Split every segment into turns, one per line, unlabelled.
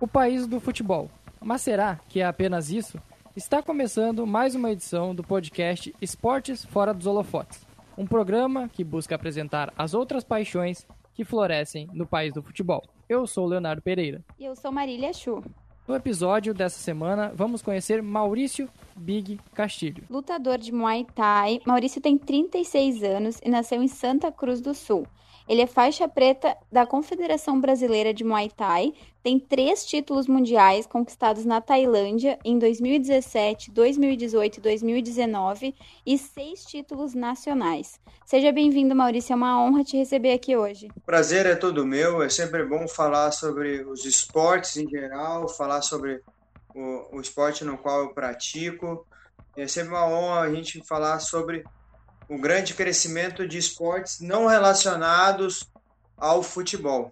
o país do futebol. Mas será que é apenas isso? Está começando mais uma edição do podcast Esportes Fora dos Holofotes, um programa que busca apresentar as outras paixões que florescem no país do futebol. Eu sou o Leonardo Pereira.
E eu sou Marília Chu.
No episódio dessa semana, vamos conhecer Maurício Big Castilho.
Lutador de Muay Thai, Maurício tem 36 anos e nasceu em Santa Cruz do Sul. Ele é faixa preta da Confederação Brasileira de Muay Thai, tem 3 títulos mundiais conquistados na Tailândia em 2017, 2018 e 2019 e 6 títulos nacionais. Seja bem-vindo, Maurício, é uma honra te receber aqui hoje.
O prazer é todo meu, é sempre bom falar sobre os esportes em geral, falar sobre o esporte no qual eu pratico. É sempre uma honra a gente falar sobre o grande crescimento de esportes não relacionados ao futebol.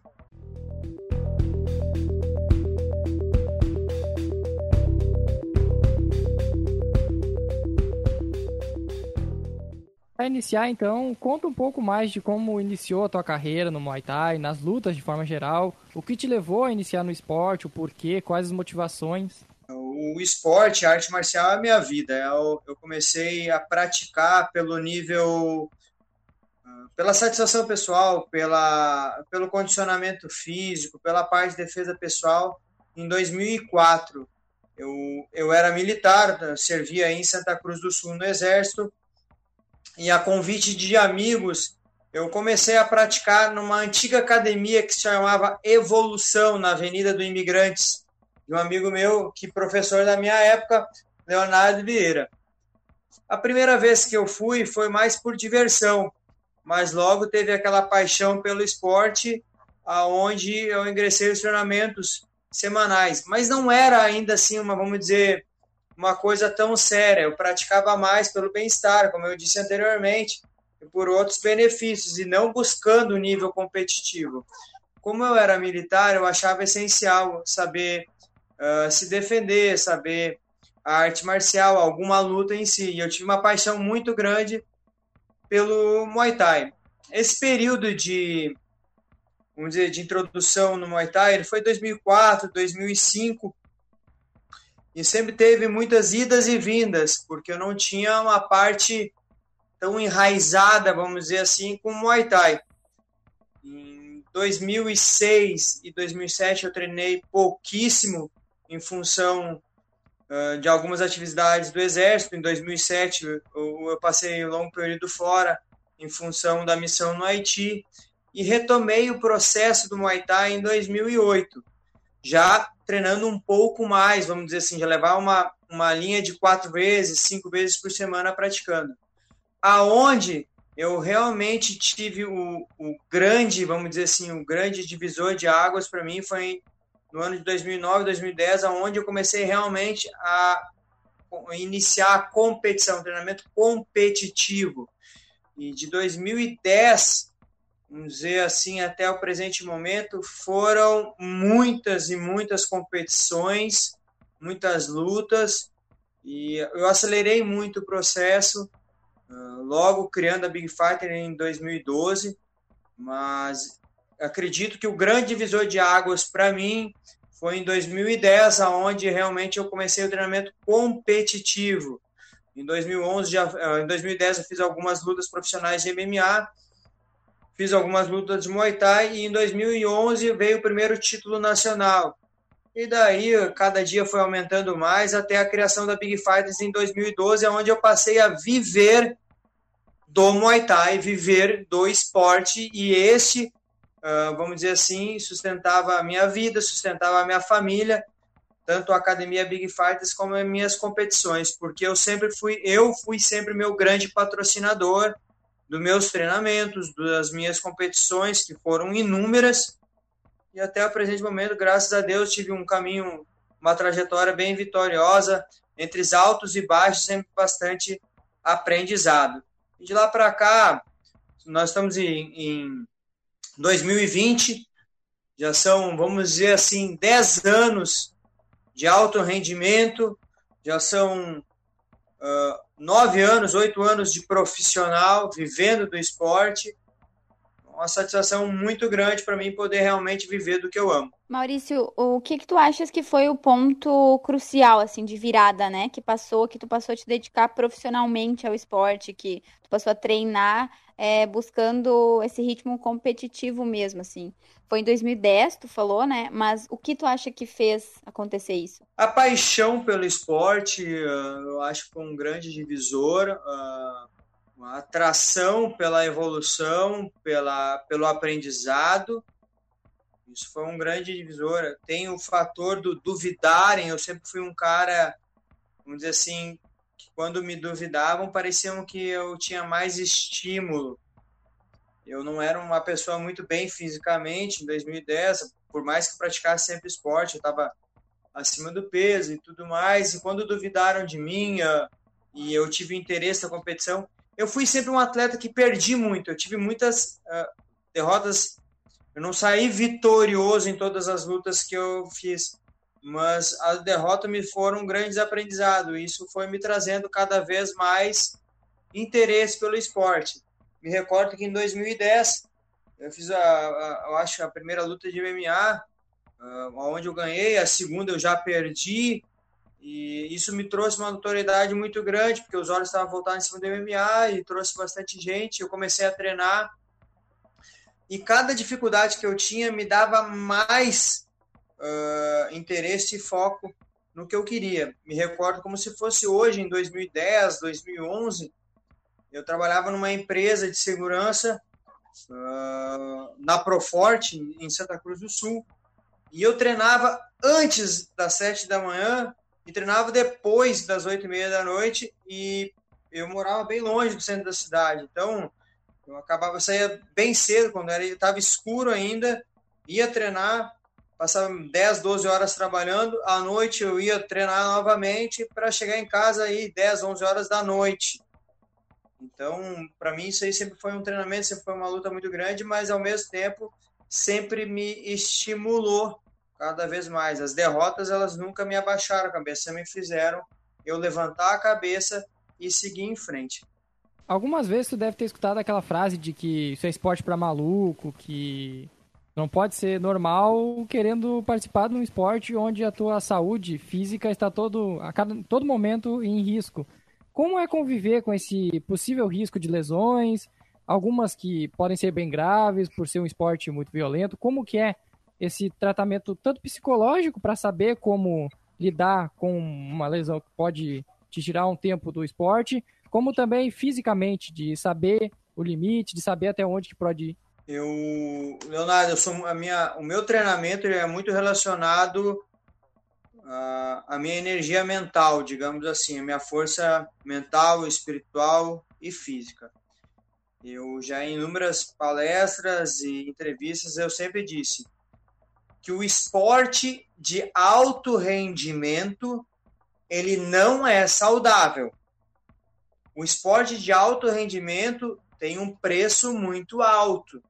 Para iniciar, então, conta um pouco mais de como iniciou a tua carreira no Muay Thai, nas lutas de forma geral, o que te levou a iniciar no esporte, o porquê, quais as motivações.
O esporte, a arte marcial é a minha vida. Eu comecei a praticar pelo nível, pela satisfação pessoal, pelo condicionamento físico, pela parte de defesa pessoal, em 2004. Eu era militar, servia em Santa Cruz do Sul no Exército, e a convite de amigos, eu comecei a praticar numa antiga academia que se chamava Evolução, na Avenida do Imigrantes, de um amigo meu, que professor da minha época, Leonardo Vieira. A primeira vez que eu fui foi mais por diversão, mas logo teve aquela paixão pelo esporte, aonde eu ingressei nos treinamentos semanais. Mas não era ainda assim vamos dizer, uma coisa tão séria. Eu praticava mais pelo bem-estar, como eu disse anteriormente, e por outros benefícios, e não buscando o nível competitivo. Como eu era militar, eu achava essencial saber se defender, saber a arte marcial, alguma luta em si. E eu tive uma paixão muito grande pelo Muay Thai. Esse período de introdução no Muay Thai, ele foi 2004, 2005, e sempre teve muitas idas e vindas, porque eu não tinha uma parte tão enraizada, vamos dizer assim, com o Muay Thai. Em 2006 e 2007 eu treinei pouquíssimo em função de algumas atividades do Exército. Em 2007 eu passei um longo período fora em função da missão no Haiti e retomei o processo do Muay Thai em 2008, já treinando um pouco mais, vamos dizer assim, já levar uma linha de 4 vezes, 5 vezes por semana praticando. Aonde eu realmente tive o grande, vamos dizer assim, o grande divisor de águas para mim foi no ano de 2009, 2010, onde eu comecei realmente a iniciar a competição, um treinamento competitivo. E de 2010, vamos dizer assim, até o presente momento, foram muitas e muitas competições, muitas lutas, e eu acelerei muito o processo, logo criando a Big Fighter em 2012, mas acredito que o grande divisor de águas para mim foi em 2010, onde realmente eu comecei o treinamento competitivo. Em 2010 eu fiz algumas lutas profissionais de MMA, fiz algumas lutas de Muay Thai, e em 2011 veio o primeiro título nacional. E daí, cada dia foi aumentando mais, até a criação da Big Fighters em 2012, onde eu passei a viver do Muay Thai, viver do esporte, e vamos dizer assim, sustentava a minha vida, sustentava a minha família, tanto a Academia Big Fighters como as minhas competições, porque eu fui sempre meu grande patrocinador dos meus treinamentos, das minhas competições, que foram inúmeras, e até o presente momento, graças a Deus, tive um caminho, uma trajetória bem vitoriosa, entre os altos e baixos, sempre bastante aprendizado. E de lá para cá, nós estamos em 2020, já são, vamos dizer assim, 10 anos de alto rendimento, já são 9 anos, 8 anos de profissional, vivendo do esporte, uma satisfação muito grande para mim poder realmente viver do que eu amo.
Maurício, o que que tu achas que foi o ponto crucial, assim, de virada, né? Que tu passou a te dedicar profissionalmente ao esporte, que tu passou a treinar, buscando esse ritmo competitivo mesmo, assim. Foi em 2010, tu falou, né? Mas o que tu acha que fez acontecer isso?
A paixão pelo esporte, eu acho que foi um grande divisor, uma atração pela evolução, pelo aprendizado. Isso foi um grande divisor. Tem o fator do duvidarem. Eu sempre fui um cara, vamos dizer assim, que quando me duvidavam, pareciam que eu tinha mais estímulo. Eu não era uma pessoa muito bem fisicamente em 2010, por mais que praticasse sempre esporte, eu estava acima do peso e tudo mais. E quando duvidaram de mim e eu tive interesse na competição, eu fui sempre um atleta que perdi muito. Eu tive muitas derrotas. Eu não saí vitorioso em todas as lutas que eu fiz, mas as derrotas me foram um grande aprendizado. Isso foi me trazendo cada vez mais interesse pelo esporte. Me recordo que em 2010 eu fiz eu acho a primeira luta de MMA, onde eu ganhei, a segunda eu já perdi, e isso me trouxe uma notoriedade muito grande, porque os olhos estavam voltados em cima do MMA e trouxe bastante gente. Eu comecei a treinar. E cada dificuldade que eu tinha me dava mais interesse e foco no que eu queria. Me recordo como se fosse hoje, em 2010, 2011, eu trabalhava numa empresa de segurança na Proforte, em Santa Cruz do Sul, e eu treinava antes das 7 da manhã e treinava depois das 8h30 da noite, e eu morava bem longe do centro da cidade, então eu saía bem cedo, quando estava escuro ainda, ia treinar, passava 10, 12 horas trabalhando, à noite eu ia treinar novamente para chegar em casa aí 10, 11 horas da noite. Então, para mim, isso aí sempre foi um treinamento, sempre foi uma luta muito grande, mas ao mesmo tempo sempre me estimulou cada vez mais. As derrotas, elas nunca me abaixaram a cabeça, me fizeram eu levantar a cabeça e seguir em frente.
Algumas vezes tu deve ter escutado aquela frase de que isso é esporte pra maluco, que não pode ser normal querendo participar de um esporte onde a tua saúde física está todo momento em risco. Como é conviver com esse possível risco de lesões, algumas que podem ser bem graves por ser um esporte muito violento? Como que é esse tratamento tanto psicológico para saber como lidar com uma lesão que pode te tirar um tempo do esporte, como também fisicamente, de saber o limite, de saber até onde que pode ir?
Leonardo, o meu treinamento é muito relacionado à minha energia mental, digamos assim, a minha força mental, espiritual e física. Eu já em inúmeras palestras e entrevistas eu sempre disse que o esporte de alto rendimento ele não é saudável. O esporte de alto rendimento tem um preço muito alto.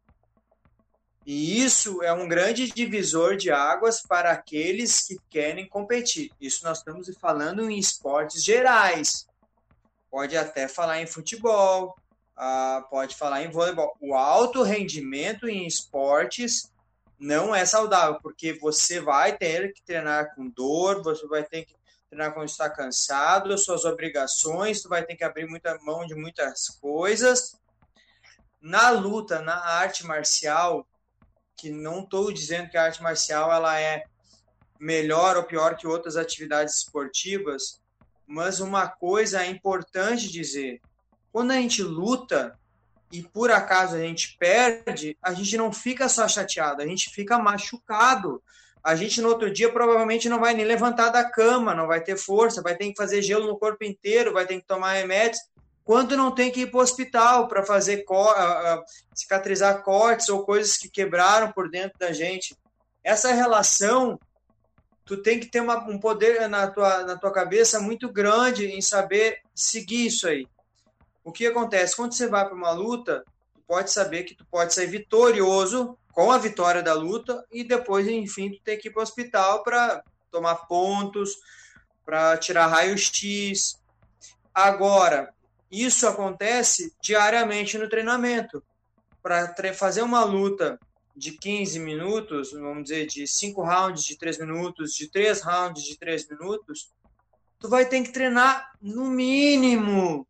E isso é um grande divisor de águas para aqueles que querem competir. Isso nós estamos falando em esportes gerais. Pode até falar em futebol, pode falar em voleibol. O alto rendimento em esportes não é saudável, porque você vai ter que treinar com dor, você vai ter que treinar quando está cansado, suas obrigações, tu vai ter que abrir muita mão de muitas coisas. Na luta, na arte marcial, que não estou dizendo que a arte marcial ela é melhor ou pior que outras atividades esportivas, mas uma coisa é importante dizer: quando a gente luta e por acaso a gente perde, a gente não fica só chateado, a gente fica machucado. A gente no outro dia provavelmente não vai nem levantar da cama, não vai ter força, vai ter que fazer gelo no corpo inteiro, vai ter que tomar remédios, quando não tem que ir para o hospital para fazer cicatrizar cortes ou coisas que quebraram por dentro da gente. Essa relação, tu tem que ter um poder na tua cabeça muito grande em saber seguir isso aí. O que acontece? Quando você vai para uma luta, tu pode saber que tu pode ser vitorioso com a vitória da luta e depois, enfim, tu tem que ir para o hospital para tomar pontos, para tirar raio-x. Agora, isso acontece diariamente no treinamento. para fazer uma luta de 15 minutos, vamos dizer, de 5 rounds de 3 minutos, de 3 rounds de 3 minutos, tu vai ter que treinar no mínimo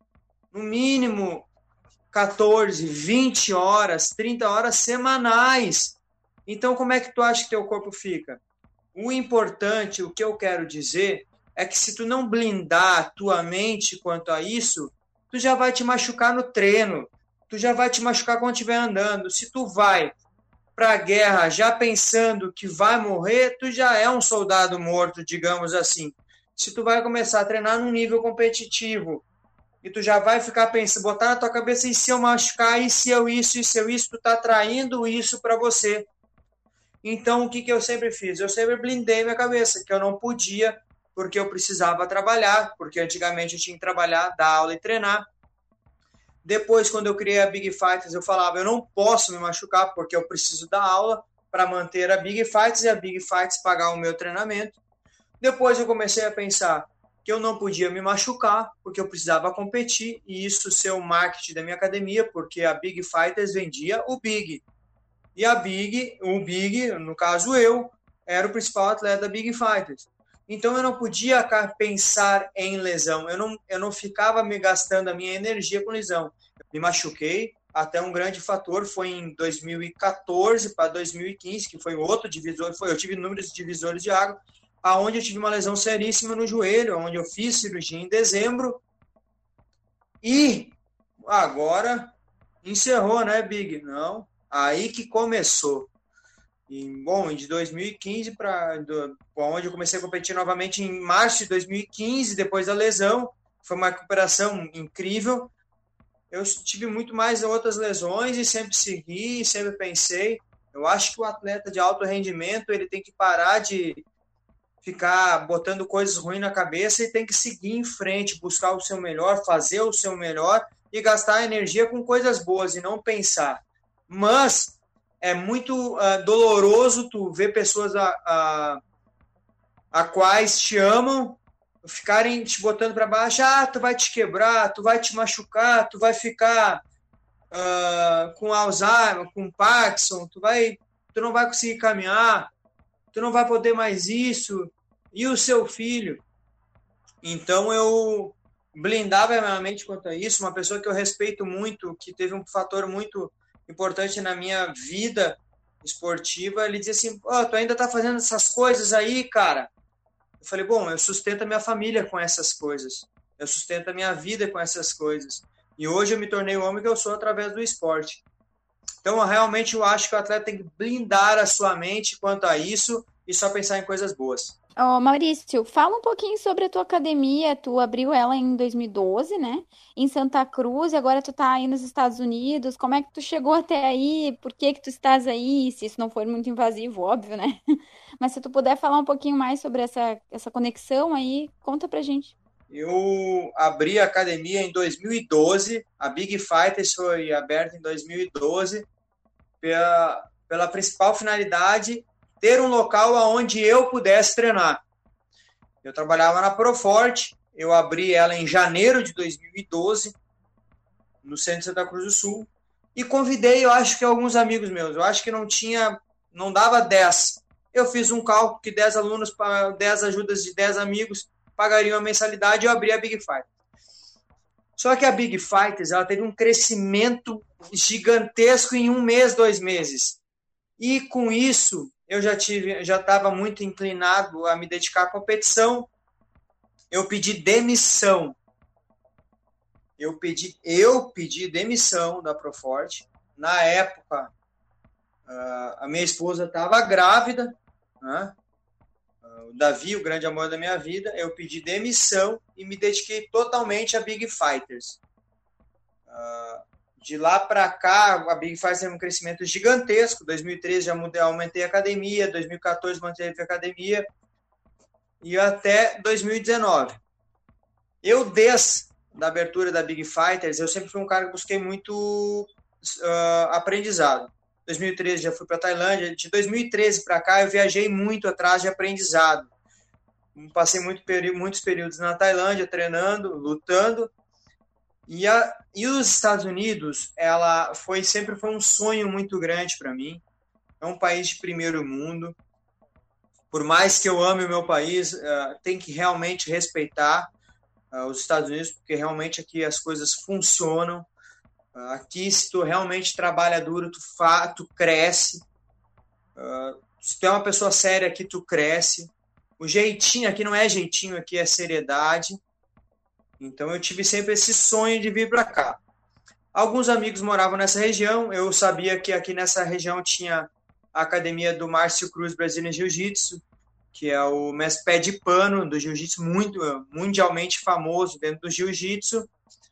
14, 20 horas, 30 horas semanais. Então, como é que tu acha que teu corpo fica? O importante, o que eu quero dizer, é que se tu não blindar a tua mente quanto a isso, tu já vai te machucar no treino, tu já vai te machucar quando estiver andando. Se tu vai para a guerra já pensando que vai morrer, tu já é um soldado morto, digamos assim. Se tu vai começar a treinar num nível competitivo e tu já vai ficar pensando, botar na tua cabeça, e se eu machucar, e se eu isso, tu tá traindo isso para você. Então, o que eu sempre fiz? Eu sempre blindei minha cabeça, que eu não podia, porque eu precisava trabalhar, porque antigamente eu tinha que trabalhar, dar aula e treinar. Depois, quando eu criei a Big Fighters, eu falava, eu não posso me machucar, porque eu preciso dar aula para manter a Big Fighters e a Big Fighters pagar o meu treinamento. Depois eu comecei a pensar que eu não podia me machucar, porque eu precisava competir, e isso ser o marketing da minha academia, porque a Big Fighters vendia o Big. E o Big, no caso eu, era o principal atleta da Big Fighters. Então eu não podia pensar em lesão, eu não ficava me gastando a minha energia com lesão. Eu me machuquei, até um grande fator foi em 2014 para 2015, que foi outro divisor, eu tive números de divisores de água, aonde eu tive uma lesão seríssima no joelho, onde eu fiz cirurgia em dezembro, e agora encerrou, né, Big? Não, aí que começou. E, bom, de 2015 onde eu comecei a competir novamente em março de 2015, depois da lesão, foi uma recuperação incrível. Eu tive muito mais outras lesões e sempre segui, sempre pensei. Eu acho que o atleta de alto rendimento, ele tem que parar de ficar botando coisas ruins na cabeça e tem que seguir em frente, buscar o seu melhor, fazer o seu melhor e gastar energia com coisas boas e não pensar. Mas é muito doloroso tu ver pessoas a quais te amam ficarem te botando para baixo. Tu vai te quebrar, tu vai te machucar, tu vai ficar com Alzheimer, com Parkinson, tu não vai conseguir caminhar, tu não vai poder mais isso, e o seu filho. Então eu blindava minha mente quanto a isso. Uma pessoa que eu respeito muito, que teve um fator muito importante na minha vida esportiva, ele dizia assim, tu ainda tá fazendo essas coisas aí, cara? Eu falei, bom, eu sustento a minha família com essas coisas, eu sustento a minha vida com essas coisas, e hoje eu me tornei o homem que eu sou através do esporte. Então, realmente, eu acho que o atleta tem que blindar a sua mente quanto a isso e só pensar em coisas boas.
Maurício, fala um pouquinho sobre a tua academia. Tu abriu ela em 2012, né? Em Santa Cruz, e agora tu tá aí nos Estados Unidos. Como é que tu chegou até aí? Por que tu estás aí? Se isso não for muito invasivo, óbvio, né? Mas se tu puder falar um pouquinho mais sobre essa conexão aí, conta pra gente.
Eu abri a academia em 2012, a Big Fighters foi aberta em 2012, pela principal finalidade, ter um local onde eu pudesse treinar. Eu trabalhava na Proforte, eu abri ela em janeiro de 2012, no centro de Santa Cruz do Sul, e convidei, eu acho que alguns amigos meus, eu acho que não dava 10. Eu fiz um cálculo que 10 alunos, para 10 ajudas de 10 amigos, pagariam a mensalidade e eu abri a Big Fighters. Só que a Big Fighters, ela teve um crescimento gigantesco em 1 mês, 2 meses. E com isso, eu já estava muito inclinado a me dedicar à competição. Eu pedi demissão. Eu pedi demissão da Proforte. Na época, a minha esposa estava grávida, né? O Davi, o grande amor da minha vida. Eu pedi demissão e me dediquei totalmente a Big Fighters. De lá para cá, a Big Fighters teve um crescimento gigantesco. 2013 já aumentei a academia, 2014 manteve a academia e até 2019. Eu, desde a abertura da Big Fighters, eu sempre fui um cara que busquei muito aprendizado. 2013 já fui para a Tailândia. De 2013 para cá, eu viajei muito atrás de aprendizado. Passei muitos períodos na Tailândia, treinando, lutando. E os Estados Unidos, sempre foi um sonho muito grande para mim. É um país de primeiro mundo. Por mais que eu ame o meu país, tem que realmente respeitar os Estados Unidos, porque realmente aqui as coisas funcionam. Aqui, se tu realmente trabalha duro, tu cresce. Se tu é uma pessoa séria aqui, tu cresce. O jeitinho aqui não é jeitinho, aqui é seriedade. Então eu tive sempre esse sonho de vir para cá. Alguns amigos moravam nessa região. Eu sabia que aqui nessa região tinha a academia do Márcio Cruz Brazilian Jiu-Jitsu, que é o mestre pé de pano do jiu-jitsu, muito mundialmente famoso dentro do jiu-jitsu.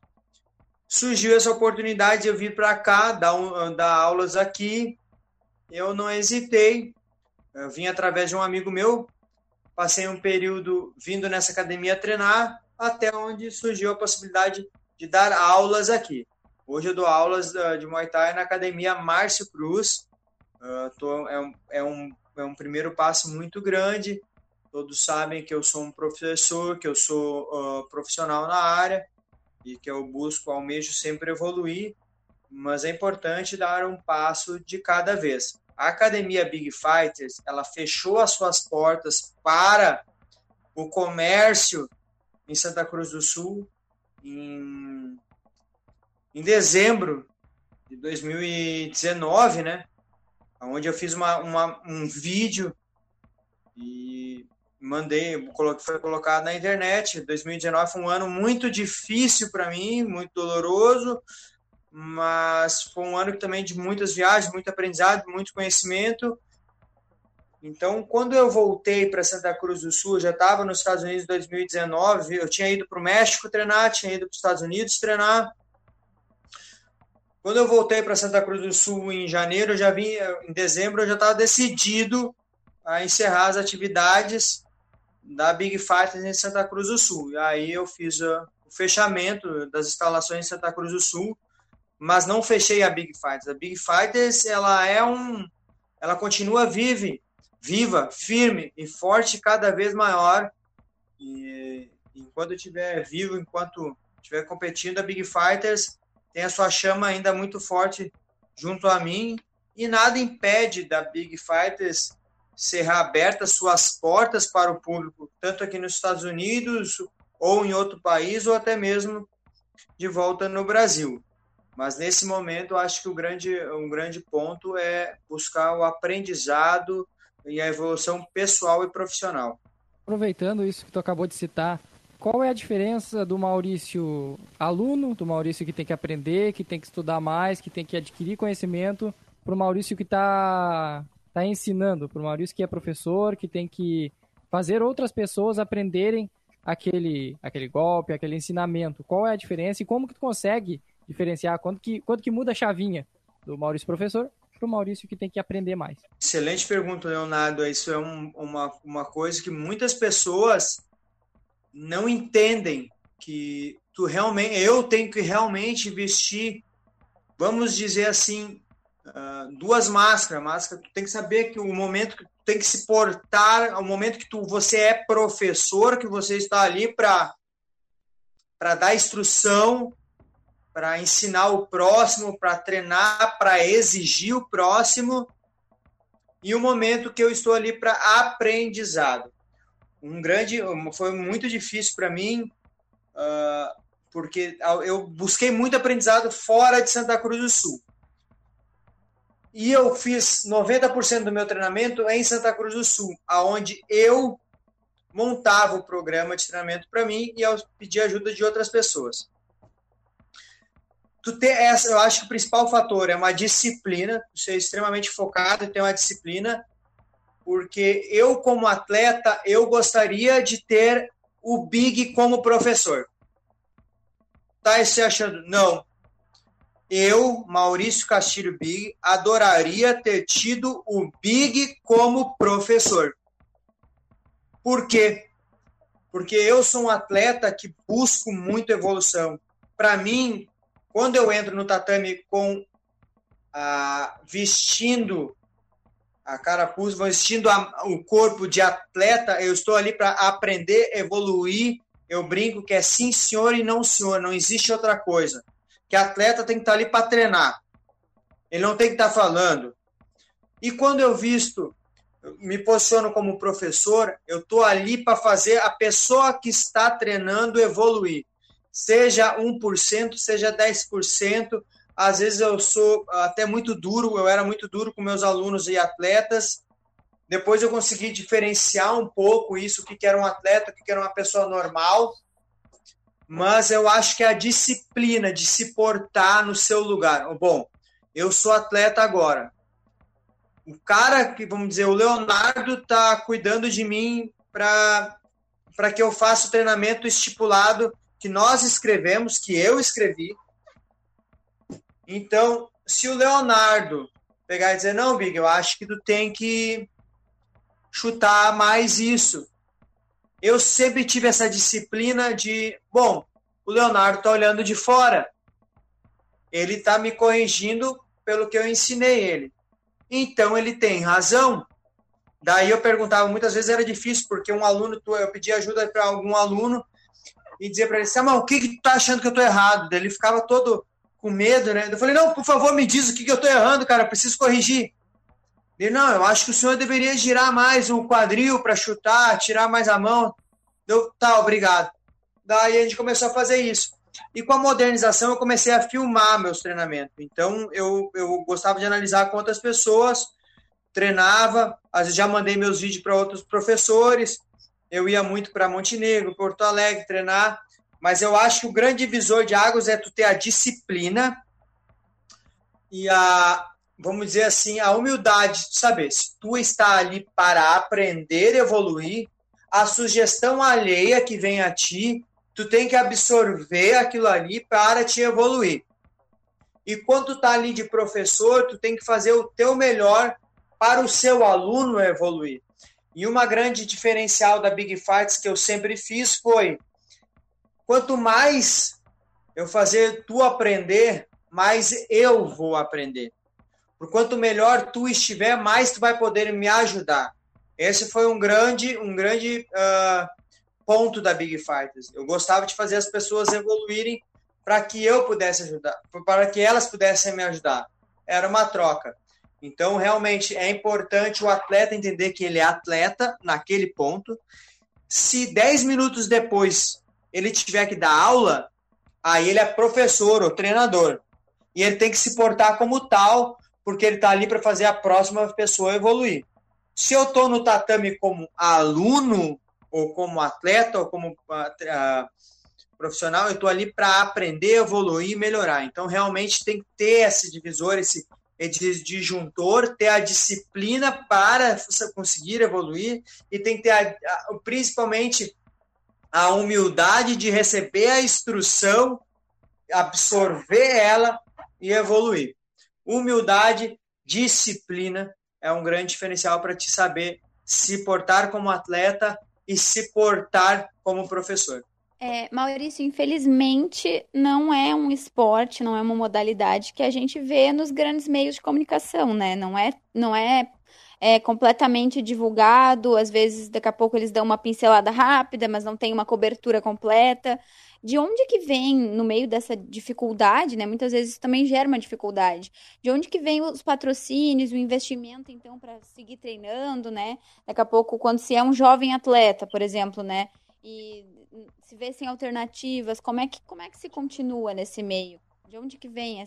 Surgiu essa oportunidade de eu vir para cá, dar aulas aqui. Eu não hesitei. Eu vim através de um amigo meu, passei um período vindo nessa academia treinar, até onde surgiu a possibilidade de dar aulas aqui. Hoje eu dou aulas de Muay Thai na academia Márcio Cruz. É um primeiro passo muito grande. Todos sabem que eu sou um professor, que eu sou profissional na área e que eu almejo sempre evoluir, mas é importante dar um passo de cada vez. A academia Big Fighters, ela fechou as suas portas para o comércio em Santa Cruz do Sul em dezembro de 2019, né? Onde eu fiz um vídeo e foi colocado na internet. 2019 foi um ano muito difícil para mim, muito doloroso, mas foi um ano também de muitas viagens, muito aprendizado, muito conhecimento. Então, quando eu voltei para Santa Cruz do Sul, eu já estava nos Estados Unidos em 2019, eu tinha ido para o México treinar, tinha ido para os Estados Unidos treinar. Quando eu voltei para Santa Cruz do Sul em janeiro, em dezembro eu já estava decidido a encerrar as atividades da Big Fighters em Santa Cruz do Sul. E aí eu fiz o fechamento das instalações em Santa Cruz do Sul, mas não fechei a Big Fighters. A Big Fighters, ela continua viva, firme e forte, cada vez maior. E enquanto eu estiver vivo, enquanto estiver competindo, a Big Fighters tem a sua chama ainda muito forte junto a mim, e nada impede da Big Fighters ser aberta suas portas para o público, tanto aqui nos Estados Unidos, ou em outro país, ou até mesmo de volta no Brasil. Mas nesse momento, eu acho que um grande ponto é buscar o aprendizado e a evolução pessoal e profissional.
Aproveitando isso que tu acabou de citar, qual é a diferença do Maurício aluno, do Maurício que tem que aprender, que tem que estudar mais, que tem que adquirir conhecimento, para o Maurício que está ensinando, para o Maurício que é professor, que tem que fazer outras pessoas aprenderem aquele golpe, aquele ensinamento? Qual é a diferença e como que tu consegue diferenciar? Quando que muda a chavinha do Maurício professor para o Maurício que tem que aprender mais?
Excelente pergunta, Leonardo. Isso é uma coisa que muitas pessoas não entendem, que eu tenho que realmente vestir, vamos dizer assim, duas máscaras. Tu tem que saber que o momento que tu tem que se portar, o momento que você é professor, que você está ali para dar instrução, para ensinar o próximo, para treinar, para exigir o próximo, e o momento que eu estou ali para aprendizado. Foi muito difícil para mim, porque eu busquei muito aprendizado fora de Santa Cruz do Sul. E eu fiz 90% do meu treinamento em Santa Cruz do Sul, onde eu montava o programa de treinamento para mim e eu pedia ajuda de outras pessoas. Eu acho que o principal fator é uma disciplina, ser extremamente focado e ter uma disciplina, porque eu, como atleta, eu gostaria de ter o Big como professor. Tá se achando? Não. Eu, Maurício Castilho Big, adoraria ter tido o Big como professor. Por quê? Porque eu sou um atleta que busco muito evolução. Para mim, quando eu entro no tatame vestindo a carapuça, vestindo o corpo de atleta, eu estou ali para aprender, evoluir, eu brinco que é sim senhor e não senhor, não existe outra coisa. Que atleta tem que estar ali para treinar. Ele não tem que estar falando. E quando eu me posiciono como professor, eu estou ali para fazer a pessoa que está treinando evoluir. Seja 1%, seja 10%. Às vezes eu sou até muito duro, eu era muito duro com meus alunos e atletas. Depois eu consegui diferenciar um pouco isso, o que era um atleta, o que era uma pessoa normal. Mas eu acho que é a disciplina de se portar no seu lugar. Bom, eu sou atleta agora. O cara que, vamos dizer, o Leonardo está cuidando de mim para que eu faça o treinamento estipulado que nós escrevemos, que eu escrevi. Então, se o Leonardo pegar e dizer, não, Big, eu acho que tu tem que chutar mais isso. Eu sempre tive essa disciplina de, bom, o Leonardo está olhando de fora. Ele está me corrigindo pelo que eu ensinei ele. Então, ele tem razão. Daí eu perguntava, muitas vezes era difícil, porque eu pedia ajuda para algum aluno e dizia para ele, Samuel, o que tu tá achando que eu tô errado? Daí ele ficava todo com medo, né? Eu falei, não, por favor, me diz o que eu tô errando, cara, eu preciso corrigir. Ele, não, eu acho que o senhor deveria girar mais o quadril para chutar, tirar mais a mão. Tá, obrigado. Daí a gente começou a fazer isso. E com a modernização eu comecei a filmar meus treinamentos. Então eu gostava de analisar com outras pessoas, treinava, às vezes já mandei meus vídeos para outros professores, eu ia muito para Montenegro, Porto Alegre treinar, mas eu acho que o grande divisor de águas é tu ter a disciplina e vamos dizer assim, a humildade de saber se tu está ali para aprender e evoluir, a sugestão alheia que vem a ti, tu tem que absorver aquilo ali para te evoluir. E quando tu está ali de professor, tu tem que fazer o teu melhor para o seu aluno evoluir. E uma grande diferencial da Big Fights que eu sempre fiz foi, quanto mais eu fazer tu aprender, mais eu vou aprender. Por quanto melhor tu estiver, mais tu vai poder me ajudar. Esse foi um grande ponto da Big Fighters. Eu gostava de fazer as pessoas evoluírem para que eu pudesse ajudar, para que elas pudessem me ajudar. Era uma troca. Então, realmente, é importante o atleta entender que ele é atleta naquele ponto. Se 10 minutos depois ele tiver que dar aula, aí ele é professor ou treinador. E ele tem que se portar como tal, porque ele está ali para fazer a próxima pessoa evoluir. Se eu estou no tatame como aluno, ou como atleta, ou como profissional, eu estou ali para aprender, evoluir e melhorar. Então, realmente, tem que ter esse divisor, esse disjuntor, ter a disciplina para conseguir evoluir e tem que ter, principalmente, a humildade de receber a instrução, absorver ela e evoluir. Humildade, disciplina é um grande diferencial para te saber se portar como atleta e se portar como professor.
Maurício, infelizmente não é um esporte, não é uma modalidade que a gente vê nos grandes meios de comunicação, né? Não é completamente divulgado, às vezes daqui a pouco eles dão uma pincelada rápida, mas não tem uma cobertura completa. De onde que vem, no meio dessa dificuldade, né? Muitas vezes isso também gera uma dificuldade. De onde que vem os patrocínios, o investimento, então, para seguir treinando, né? Daqui a pouco, quando se é um jovem atleta, por exemplo, né? E se vê sem alternativas, como é que se continua nesse meio? De onde que vem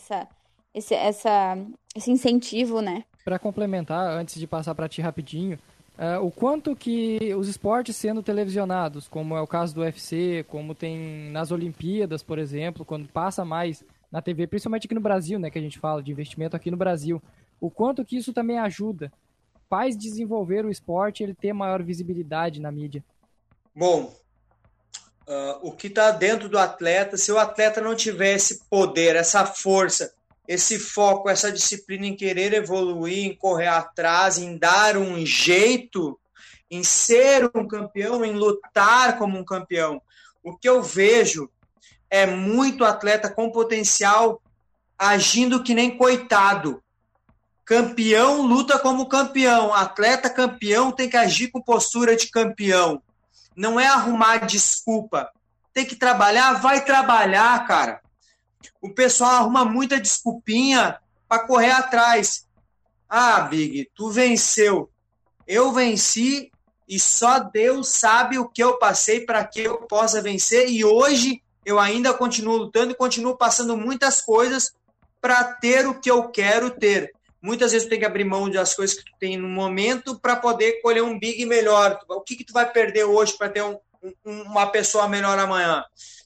esse incentivo, né?
Para complementar, antes de passar para ti rapidinho, o quanto que os esportes sendo televisionados, como é o caso do UFC, como tem nas Olimpíadas, por exemplo, quando passa mais na TV, principalmente aqui no Brasil, né, que a gente fala de investimento aqui no Brasil, o quanto que isso também ajuda faz desenvolver o esporte, ele ter maior visibilidade na mídia?
Bom, o que está dentro do atleta, se o atleta não tiver esse poder, essa força, esse foco, essa disciplina em querer evoluir, em correr atrás, em dar um jeito, em ser um campeão, em lutar como um campeão. O que eu vejo é muito atleta com potencial agindo que nem coitado. Campeão luta como campeão. Atleta campeão tem que agir com postura de campeão. Não é arrumar desculpa. tem que trabalhar, vai trabalhar, cara. O pessoal arruma muita desculpinha para correr atrás. Ah, Big, tu venceu. Eu venci e só Deus sabe o que eu passei para que eu possa vencer. E hoje eu ainda continuo lutando e continuo passando muitas coisas para ter o que eu quero ter. Muitas vezes tu tem que abrir mão das coisas que tu tem no momento para poder colher um Big melhor. O que tu vai perder hoje para ter uma pessoa melhor amanhã?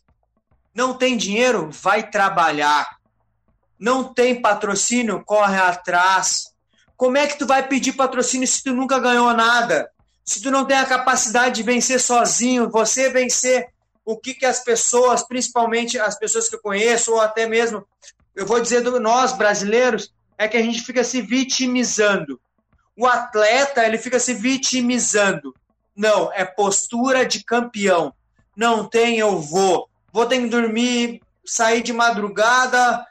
Não tem dinheiro? Vai trabalhar. Não tem patrocínio? Corre atrás. Como é que tu vai pedir patrocínio se tu nunca ganhou nada? Se tu não tem a capacidade de vencer sozinho, você vencer o que as pessoas, principalmente as pessoas que eu conheço, ou até mesmo, eu vou dizer nós brasileiros, é que a gente fica se vitimizando. O atleta, ele fica se vitimizando. Não, é postura de campeão. Não tem, eu vou ter que dormir, sair de madrugada,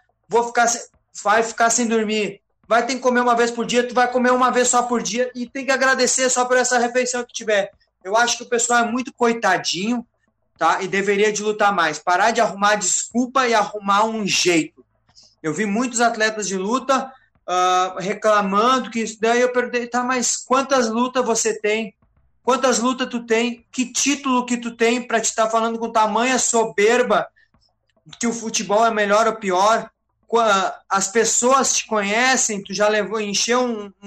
vai ficar sem dormir. Vai ter que comer uma vez por dia, tu vai comer uma vez só por dia e tem que agradecer só por essa refeição que tiver. Eu acho que o pessoal é muito coitadinho, tá? E deveria de lutar mais. Parar de arrumar desculpa e arrumar um jeito. Eu vi muitos atletas de luta reclamando que isso. Daí eu perguntei, tá, mas quantas lutas você tem? Quantas lutas tu tem? Que título que tu tem para te estar falando com tamanha soberba que o futebol é melhor ou pior? As pessoas te conhecem, tu já encheu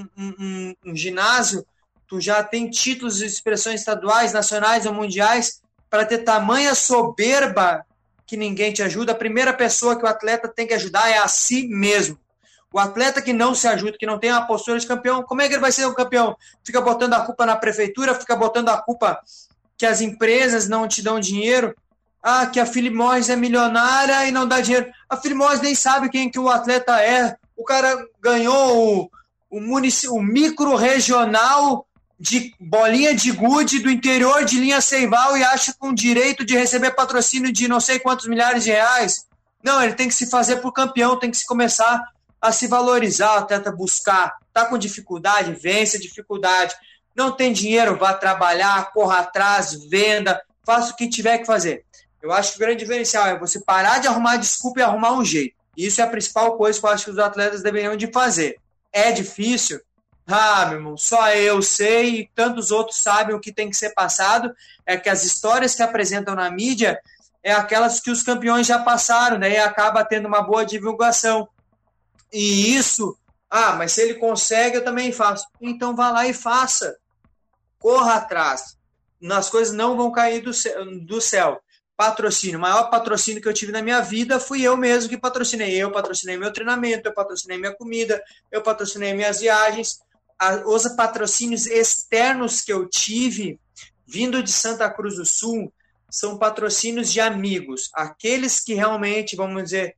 um ginásio, tu já tem títulos de expressões estaduais, nacionais ou mundiais, para ter tamanha soberba que ninguém te ajuda. A primeira pessoa que o atleta tem que ajudar é a si mesmo. O atleta que não se ajuda, que não tem uma postura de campeão, como é que ele vai ser um campeão? Fica botando a culpa na prefeitura, fica botando a culpa que as empresas não te dão dinheiro. Ah, que a Philip Morris é milionária e não dá dinheiro. A Philip Morris nem sabe quem que o atleta é. O cara ganhou o micro-regional de bolinha de gude do interior de Linha Ceival e acha com direito de receber patrocínio de não sei quantos milhares de reais. Não, ele tem que se fazer por campeão, tem que se começar a se valorizar, o atleta buscar. Tá com dificuldade? Vence a dificuldade. Não tem dinheiro? Vá trabalhar, corra atrás, venda, faça o que tiver que fazer. Eu acho que o grande diferencial é você parar de arrumar desculpa e arrumar um jeito. Isso é a principal coisa que eu acho que os atletas deveriam de fazer. É difícil? Ah, meu irmão, só eu sei e tantos outros sabem o que tem que ser passado. É que as histórias que apresentam na mídia é aquelas que os campeões já passaram, daí acaba tendo uma boa divulgação. E isso, mas se ele consegue, eu também faço. Então vá lá e faça. Corra atrás. As coisas não vão cair do céu. Patrocínio. O maior patrocínio que eu tive na minha vida fui eu mesmo que patrocinei. Eu patrocinei meu treinamento, eu patrocinei minha comida, eu patrocinei minhas viagens. Os patrocínios externos que eu tive, vindo de Santa Cruz do Sul, são patrocínios de amigos. Aqueles que realmente, vamos dizer,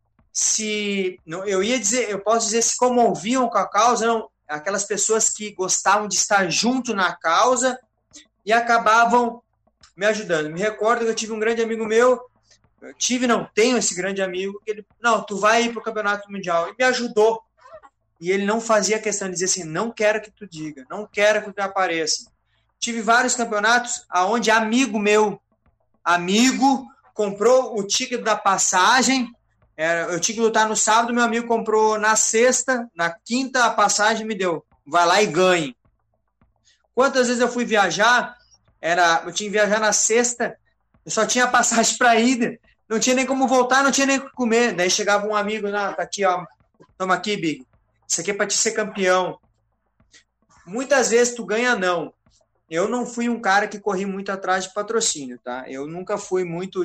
eu posso dizer se comoviam com a causa, não, aquelas pessoas que gostavam de estar junto na causa e acabavam me ajudando. Me recordo que eu tive um grande amigo meu, tenho esse grande amigo, que ele, não, tu vai ir para o Campeonato Mundial, e me ajudou. E ele não fazia questão de dizer assim, não quero que tu diga, não quero que tu apareça. Tive vários campeonatos onde amigo comprou o ticket da passagem. Eu tinha que lutar no sábado, meu amigo comprou na sexta, na quinta a passagem me deu. Vai lá e ganhe. Quantas vezes eu fui viajar, eu tinha que viajar na sexta, eu só tinha passagem para ida, não tinha nem como voltar, não tinha nem o que comer. Daí chegava um amigo, tá aqui, ó, toma aqui, Big, isso aqui é para te ser campeão. Muitas vezes tu ganha não. Eu não fui um cara que corri muito atrás de patrocínio, tá? Eu nunca fui muito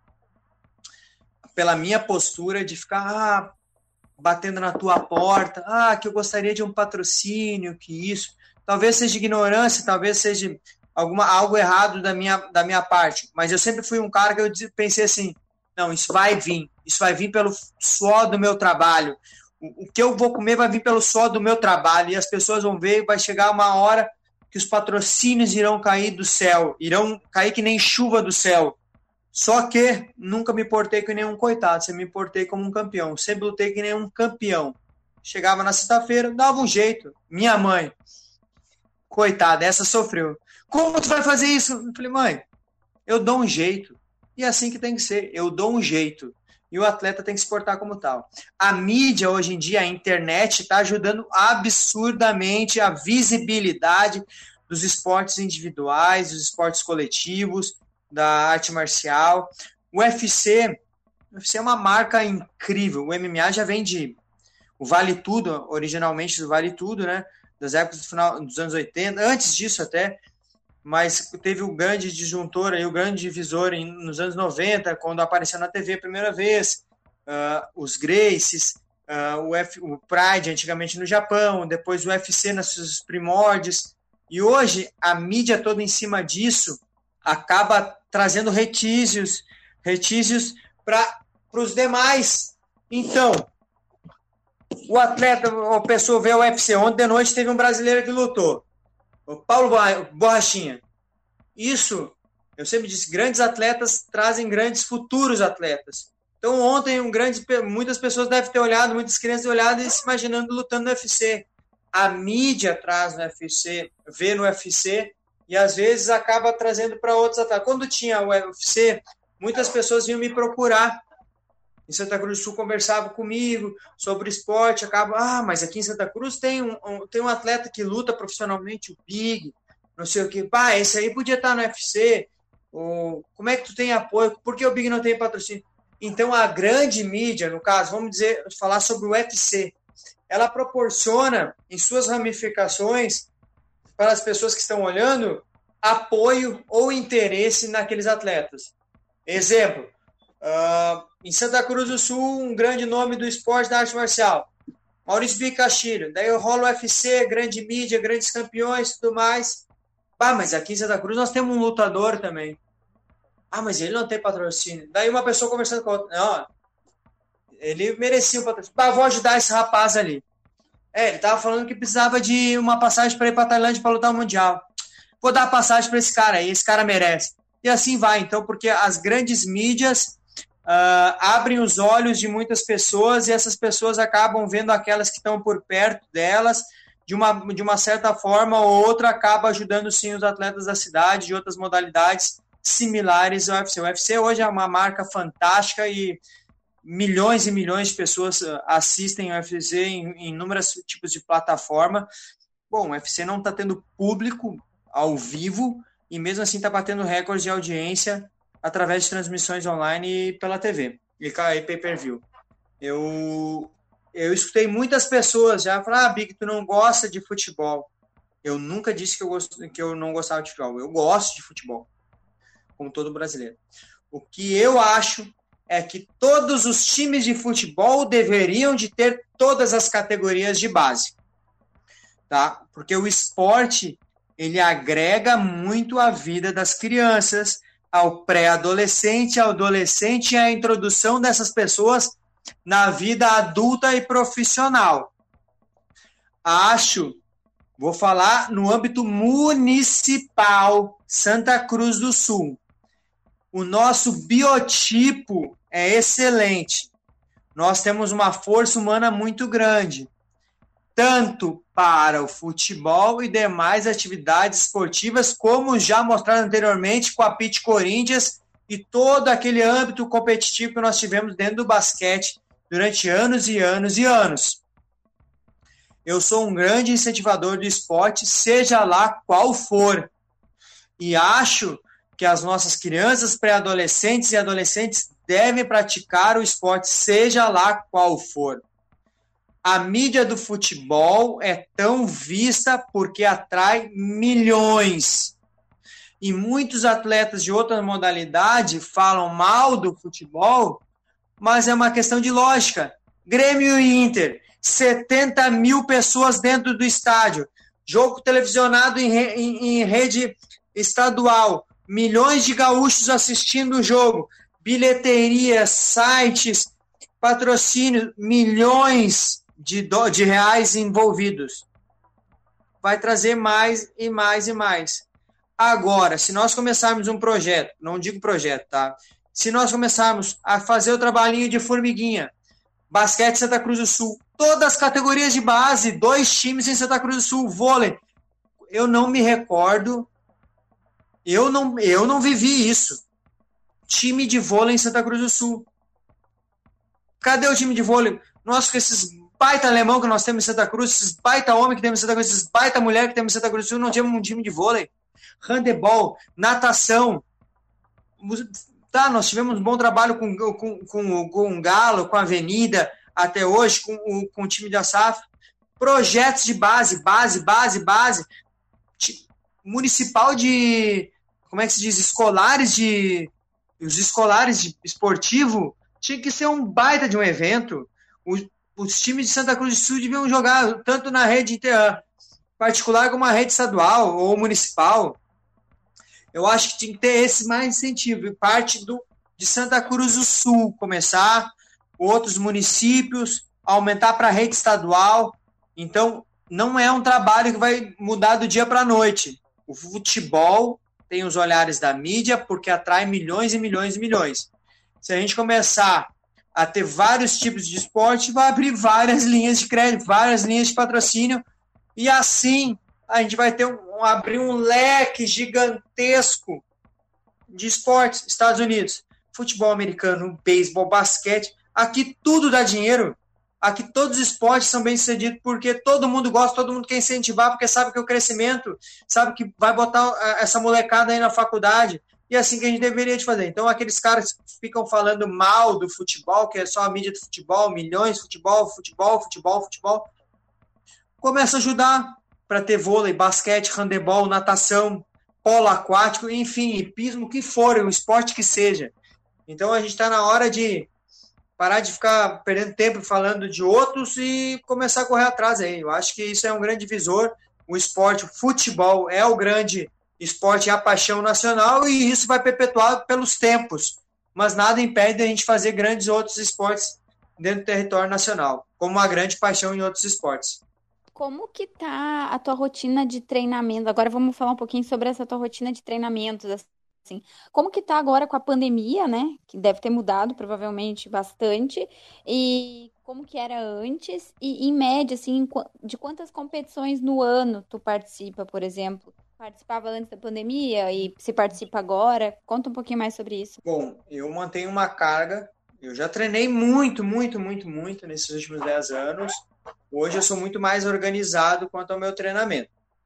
pela minha postura de ficar batendo na tua porta, que eu gostaria de um patrocínio, que isso. Talvez seja ignorância, talvez seja algo errado da minha parte, mas eu sempre fui um cara que eu pensei assim, não, isso vai vir pelo suor do meu trabalho. O que eu vou comer vai vir pelo suor do meu trabalho, e as pessoas vão ver, vai chegar uma hora que os patrocínios irão cair do céu, irão cair que nem chuva do céu. Só que nunca me portei que nem um coitado, sempre me portei como um campeão, sempre lutei que nem um campeão. Chegava na sexta-feira, dava um jeito. Minha mãe, coitada, essa sofreu. Como tu vai fazer isso? Eu falei, mãe, eu dou um jeito. E é assim que tem que ser. Eu dou um jeito. E o atleta tem que se portar como tal. A mídia, hoje em dia, a internet, está ajudando absurdamente a visibilidade dos esportes individuais, dos esportes coletivos, da arte marcial. O UFC é uma marca incrível. O MMA já vem de... O Vale Tudo, originalmente do Vale Tudo, né? Das épocas do final dos anos 80, antes disso até, mas teve o grande disjuntor, aí, o grande divisor nos anos 90, quando apareceu na TV a primeira vez, os Gracies, o Pride, antigamente no Japão, depois o UFC nos seus primórdios, e hoje a mídia toda em cima disso acaba trazendo retícios para os demais. Então, o atleta, a pessoa vê o UFC. Ontem de noite teve um brasileiro que lutou, o Paulo Borrachinha. Isso, eu sempre disse, grandes atletas trazem grandes futuros atletas. Então ontem muitas pessoas devem ter olhado, muitas crianças têm olhado e se imaginando lutando no UFC. A mídia traz no UFC, vê no UFC e às vezes acaba trazendo para outros atletas. Quando tinha o UFC, muitas pessoas vinham me procurar em Santa Cruz do Sul, conversavam comigo sobre esporte, mas aqui em Santa Cruz tem um atleta que luta profissionalmente, o Big, não sei o que, esse aí podia estar no UFC, como é que tu tem apoio, por que o Big não tem patrocínio? Então a grande mídia, no caso, falar sobre o UFC, ela proporciona em suas ramificações para as pessoas que estão olhando apoio ou interesse naqueles atletas. Exemplo, em Santa Cruz do Sul, um grande nome do esporte da arte marcial, Maurício Big Castilho. Daí rola o UFC, grande mídia, grandes campeões e tudo mais. Mas aqui em Santa Cruz nós temos um lutador também. Mas ele não tem patrocínio. Daí uma pessoa conversando com a outra. Não, ele merecia um patrocínio. Vou ajudar esse rapaz ali. Ele estava falando que precisava de uma passagem para ir para a Tailândia para lutar o Mundial. Vou dar a passagem para esse cara aí, esse cara merece. E assim vai, então, porque as grandes mídias abrem os olhos de muitas pessoas e essas pessoas acabam vendo aquelas que estão por perto delas, de uma certa forma ou outra, acaba ajudando sim os atletas da cidade de outras modalidades similares ao UFC. O UFC hoje é uma marca fantástica e milhões e milhões de pessoas assistem ao UFC em inúmeros tipos de plataforma. Bom, o UFC não está tendo público ao vivo e mesmo assim está batendo recordes de audiência através de transmissões online e pela TV e pay-per-view. Eu escutei muitas pessoas já falar, Big, tu não gosta de futebol. Eu nunca disse que eu não gostava de futebol. Eu gosto de futebol, como todo brasileiro. O que eu acho é que todos os times de futebol deveriam de ter todas as categorias de base, tá? Porque o esporte, ele agrega muito a vida das crianças, ao pré-adolescente, ao adolescente e a introdução dessas pessoas na vida adulta e profissional. Vou falar no âmbito municipal, Santa Cruz do Sul. O nosso biotipo é excelente. Nós temos uma força humana muito grande, tanto para o futebol e demais atividades esportivas, como já mostrado anteriormente com a Pit Corinthians e todo aquele âmbito competitivo que nós tivemos dentro do basquete durante anos e anos e anos. Eu sou um grande incentivador do esporte, seja lá qual for. E acho que as nossas crianças, pré-adolescentes e adolescentes devem praticar o esporte, seja lá qual for. A mídia do futebol é tão vista porque atrai milhões. E muitos atletas de outra modalidade falam mal do futebol, mas é uma questão de lógica. Grêmio e Inter, 70 mil pessoas dentro do estádio, jogo televisionado em rede estadual, milhões de gaúchos assistindo o jogo, bilheteria, sites, patrocínio, milhões de reais envolvidos. Vai trazer mais e mais e mais. Agora, se nós começarmos um projeto, não digo projeto, tá? Se nós começarmos a fazer o trabalhinho de formiguinha, basquete Santa Cruz do Sul, todas as categorias de base, 2 times em Santa Cruz do Sul, vôlei. Eu não me recordo, eu não vivi isso. time de vôlei em Santa Cruz do Sul. Cadê o time de vôlei? Nós, com esses baita alemão que nós temos em Santa Cruz, esses baita homem que temos em Santa Cruz, esses baita mulher que temos em Santa Cruz do Sul, não tínhamos um time de vôlei. Handebol, natação. Tá, nós tivemos um bom trabalho com o Galo, com a Avenida, até hoje, com o time da SAF. Projetos de base. Municipal de, como é que se diz, os escolares de esportivo, tinha que ser um baita de um evento. Os times de Santa Cruz do Sul deviam jogar tanto na rede particular como na rede estadual ou municipal. Eu acho que tinha que ter esse mais incentivo, e parte de Santa Cruz do Sul começar, outros municípios, aumentar para a rede estadual. Então, não é um trabalho que vai mudar do dia para a noite. O futebol tem os olhares da mídia porque atrai milhões e milhões e milhões. Se a gente começar a ter vários tipos de esporte, vai abrir várias linhas de crédito, várias linhas de patrocínio, e assim a gente vai ter abrir um leque gigantesco de esportes. Estados Unidos, futebol americano, beisebol, basquete, aqui tudo dá dinheiro. Aqui todos os esportes são bem sucedidos porque todo mundo gosta, todo mundo quer incentivar, porque sabe que o crescimento, sabe que vai botar essa molecada aí na faculdade, e é assim que a gente deveria de fazer. Então, aqueles caras que ficam falando mal do futebol, que é só a mídia do futebol, milhões, futebol, começa a ajudar para ter vôlei, basquete, handebol, natação, polo aquático, enfim, hipismo, o que for, o esporte que seja. Então, a gente está na hora de parar de ficar perdendo tempo falando de outros e começar a correr atrás aí. Eu acho que isso é um grande divisor. O esporte, o futebol é o grande esporte, é a paixão nacional, e isso vai perpetuar pelos tempos. Mas nada impede a gente fazer grandes outros esportes dentro do território nacional, como uma grande paixão em outros esportes.
Como que tá a tua rotina de treinamento? Agora vamos falar um pouquinho sobre essa tua rotina de treinamentos, assim. Como que tá agora com a pandemia, né? Que deve ter mudado provavelmente bastante. E como que era antes? E em média, assim, de quantas competições no ano tu participa, por exemplo? Participava antes da pandemia e se participa agora? Conta um pouquinho mais sobre isso.
Bom, eu mantenho uma carga. Eu já treinei muito nesses últimos 10 anos. Hoje eu sou muito mais organizado quanto ao meu treinamento.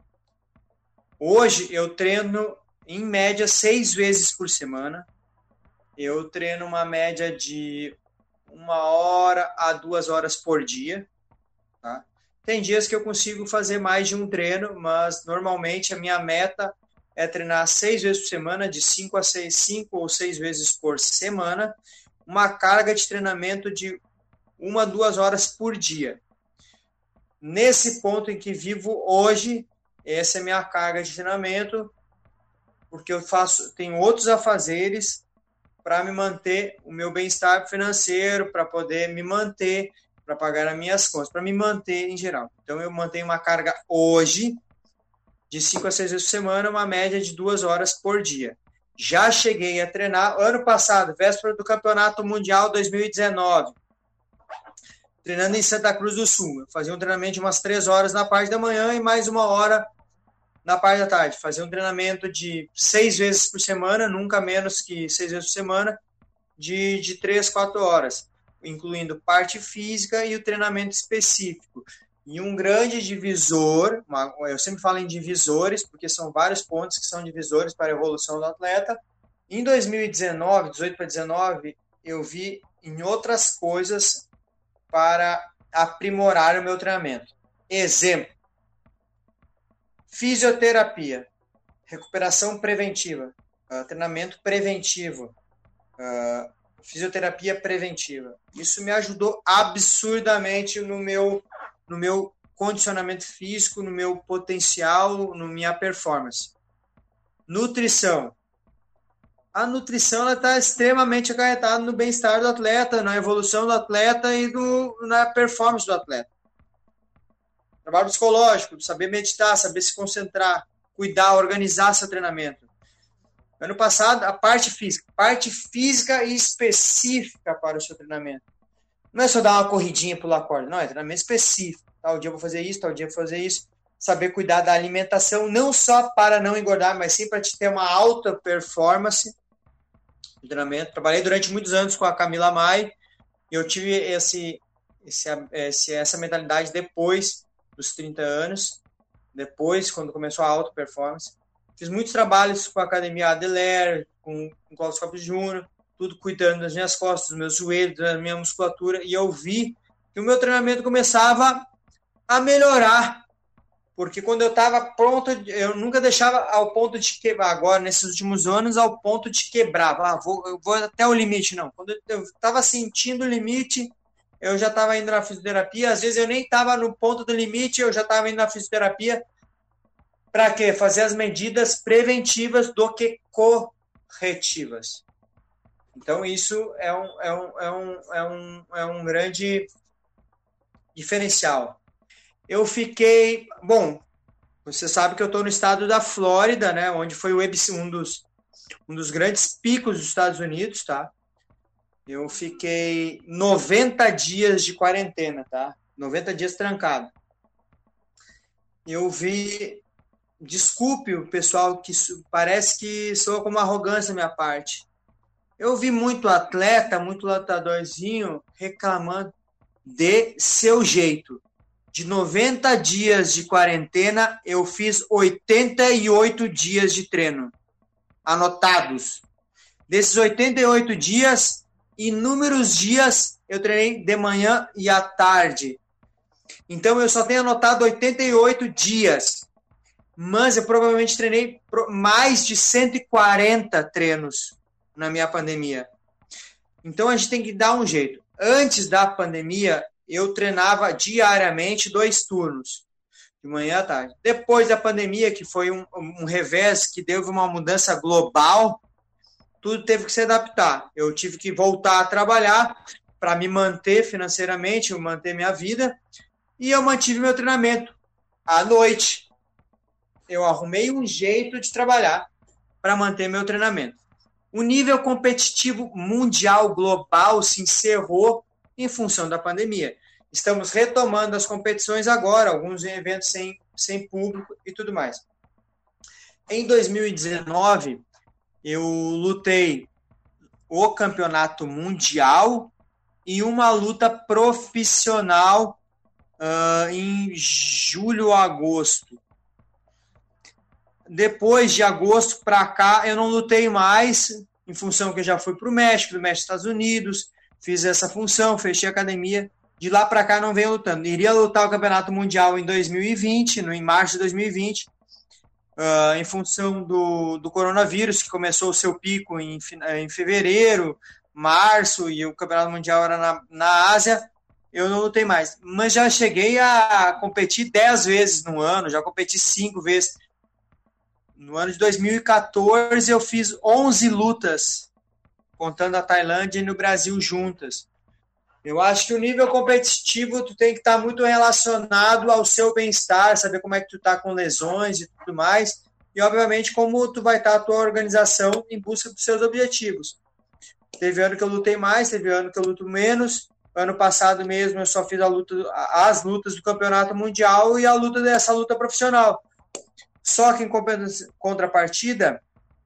Hoje eu treino em média 6 vezes por semana. Eu treino uma média de 1 hora a 2 horas por dia. Tá? Tem dias que eu consigo fazer mais de um treino, mas normalmente a minha meta é treinar 6 vezes por semana, de 5 ou 6 vezes por semana, uma carga de treinamento de 1 a 2 horas por dia. Nesse ponto em que vivo hoje, essa é a minha carga de treinamento, porque eu tenho outros afazeres para me manter o meu bem-estar financeiro, para poder me manter, para pagar as minhas contas, para me manter em geral. Então, eu mantenho uma carga hoje de 5 a 6 vezes por semana, uma média de 2 horas por dia. Já cheguei a treinar ano passado, véspera do Campeonato Mundial 2019, treinando em Santa Cruz do Sul. Eu fazia um treinamento de umas 3 horas na parte da manhã e mais 1 hora na parte da tarde. Fazia um treinamento de 6 vezes por semana, nunca menos que 6 vezes por semana, de 3, 4 horas, incluindo parte física e o treinamento específico. E um grande divisor, eu sempre falo em divisores, porque são vários pontos que são divisores para a evolução do atleta. Em 2019, 18 para 19, eu vi em outras coisas para aprimorar o meu treinamento. Exemplo: fisioterapia, recuperação preventiva, treinamento preventivo, fisioterapia preventiva. Isso me ajudou absurdamente no meu condicionamento físico, no meu potencial, na minha performance. Nutrição. A nutrição está extremamente acarretada no bem-estar do atleta, na evolução do atleta e na performance do atleta. Trabalho psicológico, saber meditar, saber se concentrar, cuidar, organizar seu treinamento. Ano passado, a parte física e específica para o seu treinamento. Não é só dar uma corridinha e pular corda, não, é treinamento específico. Tal dia eu vou fazer isso, tal dia eu vou fazer isso. Saber cuidar da alimentação, não só para não engordar, mas sim para te ter uma alta performance. de treinamento. Trabalhei durante muitos anos com a Camila Mai e eu tive essa mentalidade depois dos 30 anos, depois, quando começou a alta performance. Fiz muitos trabalhos com a Academia Adler, com o Cláudio Campos Júnior, tudo cuidando das minhas costas, dos meus joelhos, da minha musculatura, e eu vi que o meu treinamento começava a melhorar, porque quando eu estava pronto, eu nunca deixava ao ponto de quebrar. Agora, nesses últimos anos, ao ponto de quebrar. Eu vou até o limite, não. Quando eu estava sentindo o limite, eu já estava indo na fisioterapia. Às vezes eu nem estava no ponto do limite, eu já estava indo na fisioterapia. Para quê? Fazer as medidas preventivas do que corretivas. Então, isso é um grande diferencial. Eu fiquei... Bom, você sabe que eu estou no estado da Flórida, né? Onde foi um dos grandes picos dos Estados Unidos, tá? Eu fiquei 90 dias de quarentena, tá? 90 dias trancado. Eu vi... Desculpe o pessoal, que parece que soa como arrogância da minha parte. Eu vi muito atleta, muito lutadorzinho reclamando de seu jeito. De 90 dias de quarentena, eu fiz 88 dias de treino. Anotados. Desses 88 dias, inúmeros dias eu treinei de manhã e à tarde. Então, eu só tenho anotado 88 dias. Mas eu provavelmente treinei mais de 140 treinos na minha pandemia. Então, a gente tem que dar um jeito. Antes da pandemia, eu treinava diariamente 2 turnos, de manhã à tarde. Depois da pandemia, que foi um revés, que deu uma mudança global, tudo teve que se adaptar. Eu tive que voltar a trabalhar para me manter financeiramente, manter minha vida, e eu mantive meu treinamento à noite. Eu arrumei um jeito de trabalhar para manter meu treinamento. O nível competitivo mundial global se encerrou em função da pandemia. Estamos retomando as competições agora, alguns eventos sem público e tudo mais. Em 2019, eu lutei o campeonato mundial e uma luta profissional em julho ou agosto. Depois de agosto para cá, eu não lutei mais, em função que eu já fui para o México, do México Estados Unidos, fiz essa função, fechei a academia. De lá para cá, não venho lutando. Iria lutar o Campeonato Mundial em 2020, em março de 2020, em função do coronavírus, que começou o seu pico em fevereiro, março, e o Campeonato Mundial era na Ásia. Eu não lutei mais. Mas já cheguei a competir 10 vezes no ano, já competi 5 vezes. No ano de 2014, eu fiz 11 lutas, contando a Tailândia e no Brasil juntas. Eu acho que o nível competitivo tu tem que estar muito relacionado ao seu bem-estar, saber como é que tu está com lesões e tudo mais, e, obviamente, como tu vai estar a tua organização em busca dos seus objetivos. Teve ano que eu lutei mais, teve ano que eu luto menos. Ano passado mesmo eu só fiz as lutas do Campeonato Mundial e a luta dessa luta profissional. Só que, em contrapartida,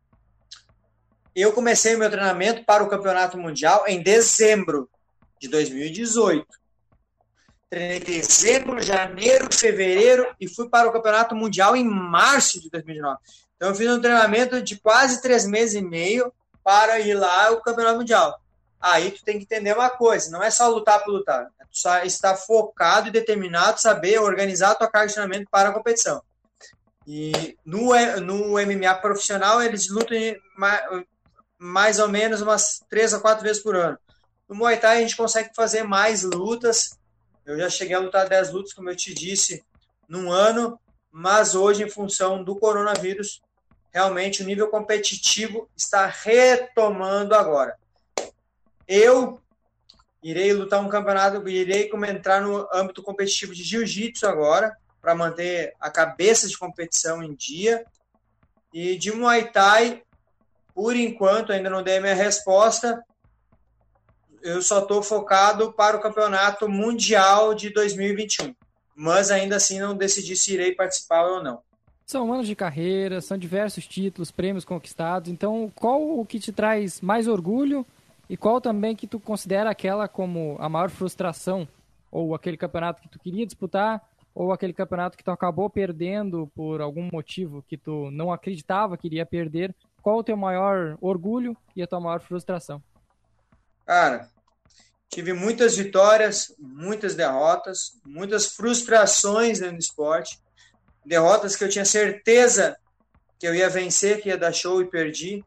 eu comecei meu treinamento para o Campeonato Mundial em dezembro de 2018. Treinei em dezembro, janeiro, fevereiro e fui para o Campeonato Mundial em março de 2019. Então, eu fiz um treinamento de quase 3 meses e meio para ir lá ao Campeonato Mundial. Aí tu tem que entender uma coisa, não é só lutar por lutar. Tu só está focado e determinado, saber organizar a tua carga de treinamento para a competição. E no MMA profissional, eles lutam mais ou menos umas 3 a 4 vezes por ano. No Muay Thai, a gente consegue fazer mais lutas. Eu já cheguei a lutar 10 lutas, como eu te disse, num ano. Mas hoje, em função do coronavírus, realmente o nível competitivo está retomando agora. Eu irei lutar um campeonato, irei entrar no âmbito competitivo de jiu-jitsu agora, para manter a cabeça de competição em dia. E de Muay Thai, por enquanto, ainda não dei a minha resposta. Eu só estou focado para o Campeonato Mundial de 2021. Mas ainda assim não decidi se irei participar ou não.
São anos de carreira, são diversos títulos, prêmios conquistados. Então, qual o que te traz mais orgulho e qual também que tu considera aquela como a maior frustração? Ou aquele campeonato que tu queria disputar, ou aquele campeonato que tu acabou perdendo por algum motivo que tu não acreditava que iria perder? Qual o teu maior orgulho e a tua maior frustração?
Cara, tive muitas vitórias, muitas derrotas, muitas frustrações dentro do esporte. Derrotas que eu tinha certeza que eu ia vencer, que ia dar show e perdi.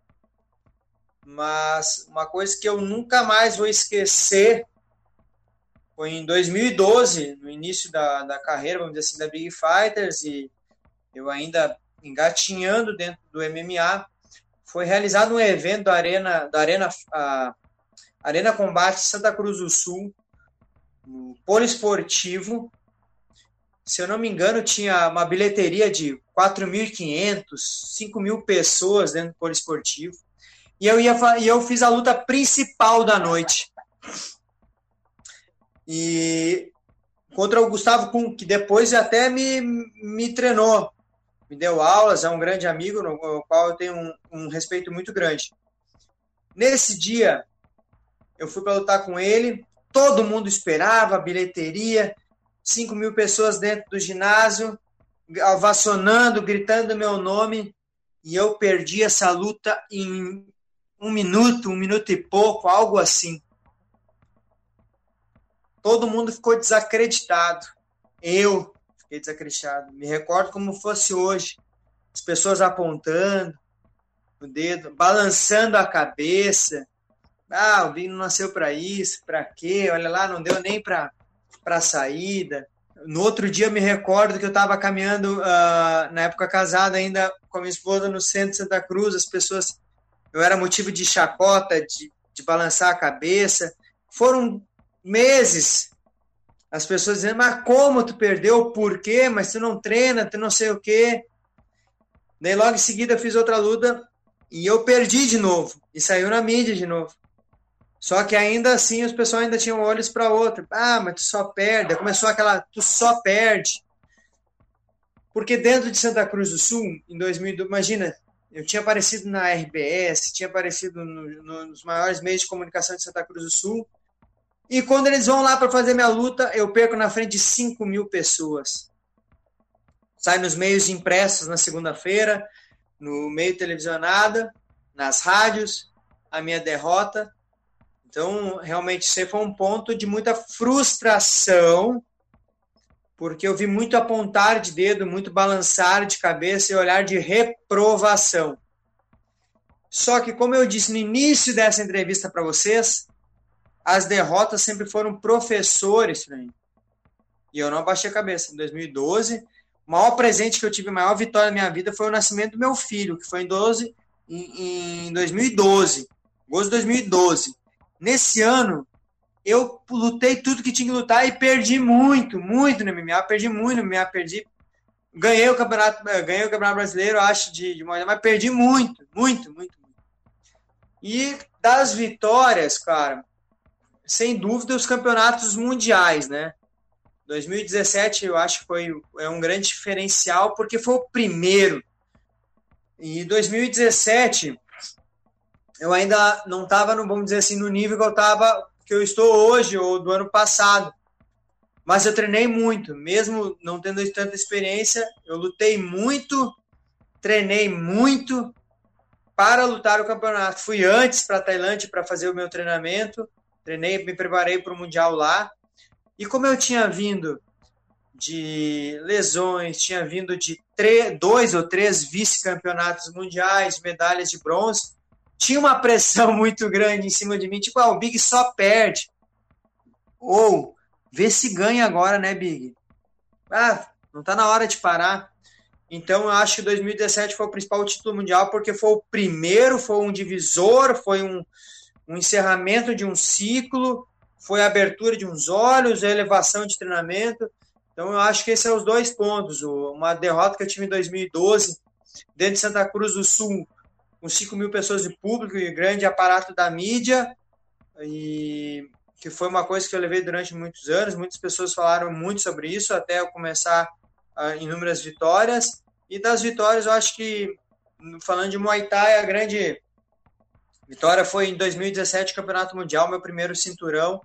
Mas uma coisa que eu nunca mais vou esquecer foi em 2012, no início da carreira, vamos dizer assim, da Big Fighters, e eu ainda engatinhando dentro do MMA, foi realizado um evento da Arena Combate Santa Cruz do Sul, no poliesportivo. Se eu não me engano, tinha uma bilheteria de 4.500, 5.000 pessoas dentro do poliesportivo. E eu fiz a luta principal da noite. E contra o Gustavo Kuhn, que depois até me treinou, me deu aulas, é um grande amigo, no qual eu tenho um respeito muito grande. Nesse dia, eu fui para lutar com ele, todo mundo esperava, a bilheteria, 5.000 pessoas dentro do ginásio, ovacionando, gritando meu nome, e eu perdi essa luta em 1 minuto e pouco, algo assim. Todo mundo ficou desacreditado. Eu fiquei desacreditado. Me recordo como fosse hoje. As pessoas apontando o dedo, balançando a cabeça. Ah, o Vini não nasceu para isso, para quê? Olha lá, não deu nem para saída. No outro dia eu me recordo que eu estava caminhando, na época casada ainda com a minha esposa, no centro de Santa Cruz. As pessoas, eu era motivo de chacota, de balançar a cabeça. Foram meses as pessoas dizendo, mas como tu perdeu, por quê? Mas tu não treina, tu não sei o quê. Daí logo em seguida eu fiz outra luta e eu perdi de novo, e saiu na mídia de novo. Só que ainda assim os pessoal ainda tinham olhos para outra. Ah, mas tu só perde. Começou aquela, tu só perde. Porque dentro de Santa Cruz do Sul, em 2002, imagina, eu tinha aparecido na RBS, tinha aparecido nos maiores meios de comunicação de Santa Cruz do Sul. E quando eles vão lá para fazer minha luta, eu perco na frente de 5.000 pessoas. Sai nos meios impressos na segunda-feira, no meio televisionado, nas rádios, a minha derrota. Então, realmente, isso foi um ponto de muita frustração, porque eu vi muito apontar de dedo, muito balançar de cabeça e olhar de reprovação. Só que, como eu disse no início dessa entrevista para vocês, as derrotas sempre foram professores para mim. E eu não abaixei a cabeça. Em 2012, o maior presente que eu tive, a maior vitória da minha vida foi o nascimento do meu filho, que foi em 2012. Agosto de 2012. Nesse ano, eu lutei tudo que tinha que lutar e perdi muito no MMA. Ganhei o Campeonato Brasileiro, acho, de moeda, mas perdi muito. E das vitórias, cara, sem dúvida, os campeonatos mundiais, né? 2017, eu acho que foi um grande diferencial, porque foi o primeiro. E 2017, eu ainda não estava, vamos dizer assim, no nível que eu estou hoje, ou do ano passado. Mas eu treinei muito, mesmo não tendo tanta experiência, eu lutei muito, treinei muito para lutar o campeonato. Fui antes para a Tailândia para fazer o meu treinamento, treinei, me preparei para o Mundial lá. E como eu tinha vindo de lesões, tinha vindo de 2 ou 3 vice-campeonatos mundiais, medalhas de bronze, tinha uma pressão muito grande em cima de mim, tipo, o Big só perde. Ou, vê se ganha agora, né, Big? Não tá na hora de parar. Então, eu acho que 2017 foi o principal título mundial, porque foi o primeiro, foi um divisor, foi um encerramento de um ciclo, foi a abertura de uns olhos, a elevação de treinamento. Então, eu acho que esses são os 2 pontos. Uma derrota que eu tive em 2012, dentro de Santa Cruz do Sul, com 5.000 pessoas de público e grande aparato da mídia, e que foi uma coisa que eu levei durante muitos anos. Muitas pessoas falaram muito sobre isso, até eu começar inúmeras vitórias. E das vitórias, eu acho que, falando de Muay Thai, a grande vitória foi em 2017, Campeonato Mundial, meu primeiro cinturão,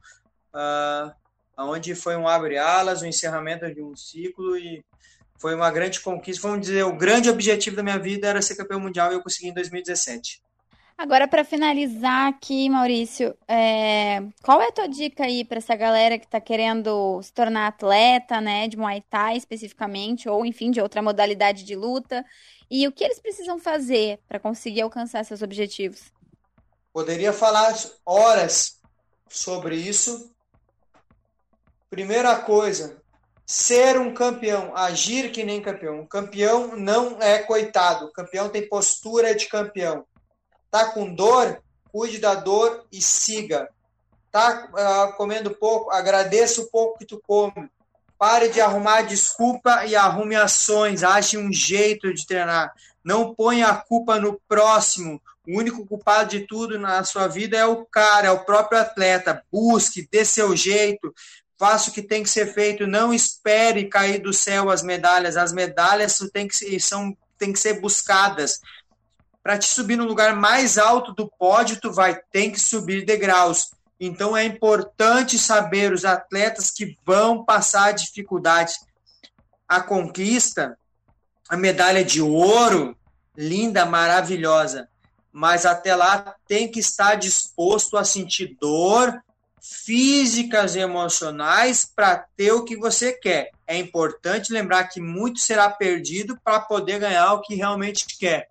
onde foi um abre-alas, um encerramento de um ciclo, e foi uma grande conquista. Vamos dizer, o grande objetivo da minha vida era ser campeão mundial, e eu consegui em 2017.
Agora, para finalizar aqui, Maurício, qual é a tua dica aí para essa galera que está querendo se tornar atleta, né, de Muay Thai especificamente, ou enfim, de outra modalidade de luta, e o que eles precisam fazer para conseguir alcançar seus objetivos?
Poderia falar horas sobre isso. Primeira coisa, ser um campeão, agir que nem campeão. O campeão não é coitado, o campeão tem postura de campeão. Tá com dor? Cuide da dor e siga. Tá comendo pouco? Agradeça o pouco que tu come. Pare de arrumar desculpa e arrume ações. Ache um jeito de treinar. Não ponha a culpa no próximo. O único culpado de tudo na sua vida é o cara, é o próprio atleta. Busque, dê seu jeito. Faça o que tem que ser feito. Não espere cair do céu as medalhas. As medalhas têm que ser buscadas. Para te subir no lugar mais alto do pódio, tu tem que subir degraus. Então é importante saber os atletas que vão passar dificuldades. A conquista, a medalha de ouro, linda, maravilhosa. Mas até lá tem que estar disposto a sentir dor, físicas e emocionais para ter o que você quer. É importante lembrar que muito será perdido para poder ganhar o que realmente quer.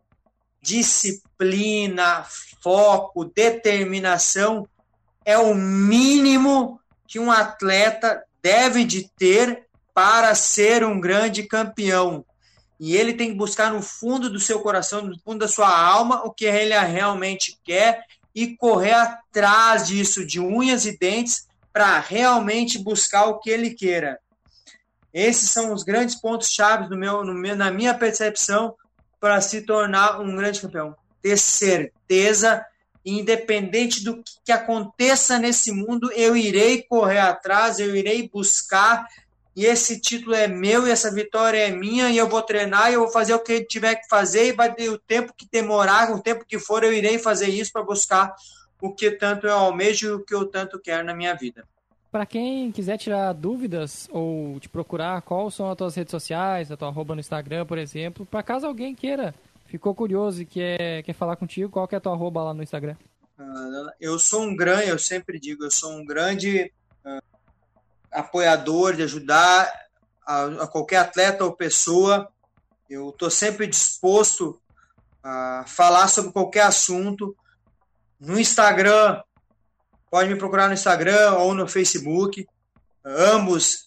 Disciplina, foco, determinação é o mínimo que um atleta deve de ter para ser um grande campeão. E ele tem que buscar no fundo do seu coração, no fundo da sua alma, o que ele realmente quer e correr atrás disso de unhas e dentes para realmente buscar o que ele queira. Esses são os grandes pontos-chave na minha percepção para se tornar um grande campeão. Ter certeza, independente do que aconteça nesse mundo, eu irei correr atrás, eu irei buscar, e esse título é meu, e essa vitória é minha, e eu vou treinar, e eu vou fazer o que tiver que fazer, e vai ter o tempo que demorar, o tempo que for, eu irei fazer isso para buscar o que tanto eu almejo e o que eu tanto quero na minha vida.
Para quem quiser tirar dúvidas ou te procurar, quais são as tuas redes sociais, a tua arroba no Instagram, por exemplo, para caso alguém ficou curioso e quer falar contigo, qual que é a tua arroba lá no Instagram?
Eu sempre digo, eu sou um grande apoiador de ajudar a qualquer atleta ou pessoa. Eu estou sempre disposto a falar sobre qualquer assunto. No Instagram, pode me procurar no Instagram ou no Facebook, ambos,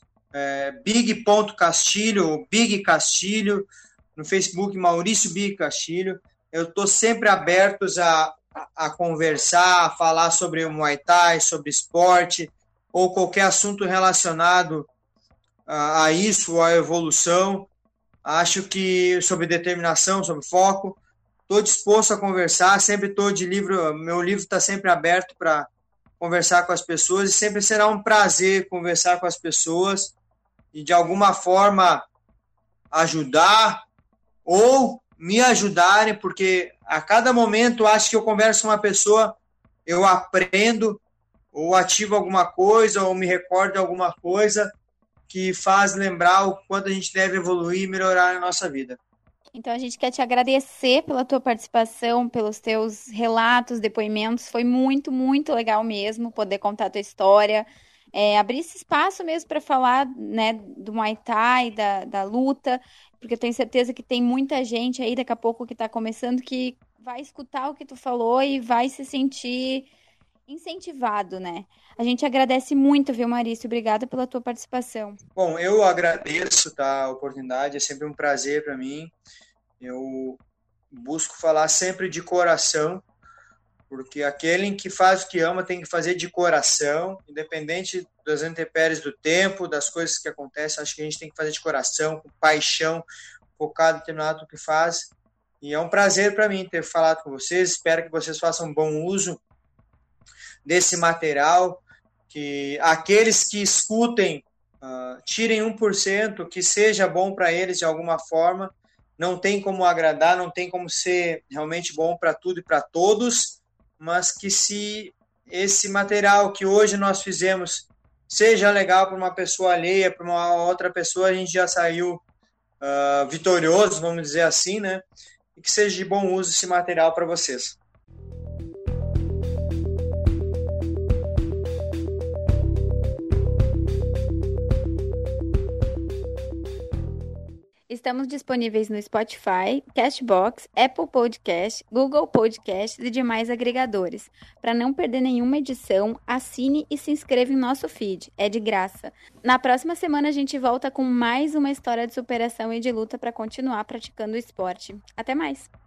big.castilho ou Big Castilho, no Facebook Maurício Big Castilho. Eu estou sempre aberto a conversar, a falar sobre o Muay Thai, sobre esporte, ou qualquer assunto relacionado a isso, a evolução. Acho que sobre determinação, sobre foco, estou disposto a conversar, sempre estou meu livro está sempre aberto para conversar com as pessoas, e sempre será um prazer conversar com as pessoas e de alguma forma ajudar ou me ajudarem, porque a cada momento acho que eu converso com uma pessoa, eu aprendo ou ativo alguma coisa ou me recordo de alguma coisa que faz lembrar o quanto a gente deve evoluir e melhorar na nossa vida.
Então, a gente quer te agradecer pela tua participação, pelos teus relatos, depoimentos. Foi muito, muito legal mesmo poder contar a tua história. Abrir esse espaço mesmo para falar, né, do Muay Thai, da luta, porque eu tenho certeza que tem muita gente aí daqui a pouco que está começando que vai escutar o que tu falou e vai se sentir incentivado, né? A gente agradece muito, viu, Maurício? Obrigada pela tua participação.
Bom, eu agradeço, a oportunidade, é sempre um prazer para mim. Eu busco falar sempre de coração, porque aquele que faz o que ama tem que fazer de coração, independente das intempéries do tempo, das coisas que acontecem. Acho que a gente tem que fazer de coração, com paixão, focado em determinado no que faz. E é um prazer para mim ter falado com vocês. Espero que vocês façam bom uso desse material, que aqueles que escutem tirem 1%, que seja bom para eles de alguma forma. não tem como agradar, não tem como ser realmente bom para tudo e para todos, mas que se esse material que hoje nós fizemos seja legal para uma pessoa alheia, para uma outra pessoa, a gente já saiu vitorioso, vamos dizer assim, né? E que seja de bom uso esse material para vocês.
Estamos disponíveis no Spotify, Castbox, Apple Podcast, Google Podcast e demais agregadores. Para não perder nenhuma edição, assine e se inscreva em nosso feed. É de graça. Na próxima semana a gente volta com mais uma história de superação e de luta para continuar praticando o esporte. Até mais!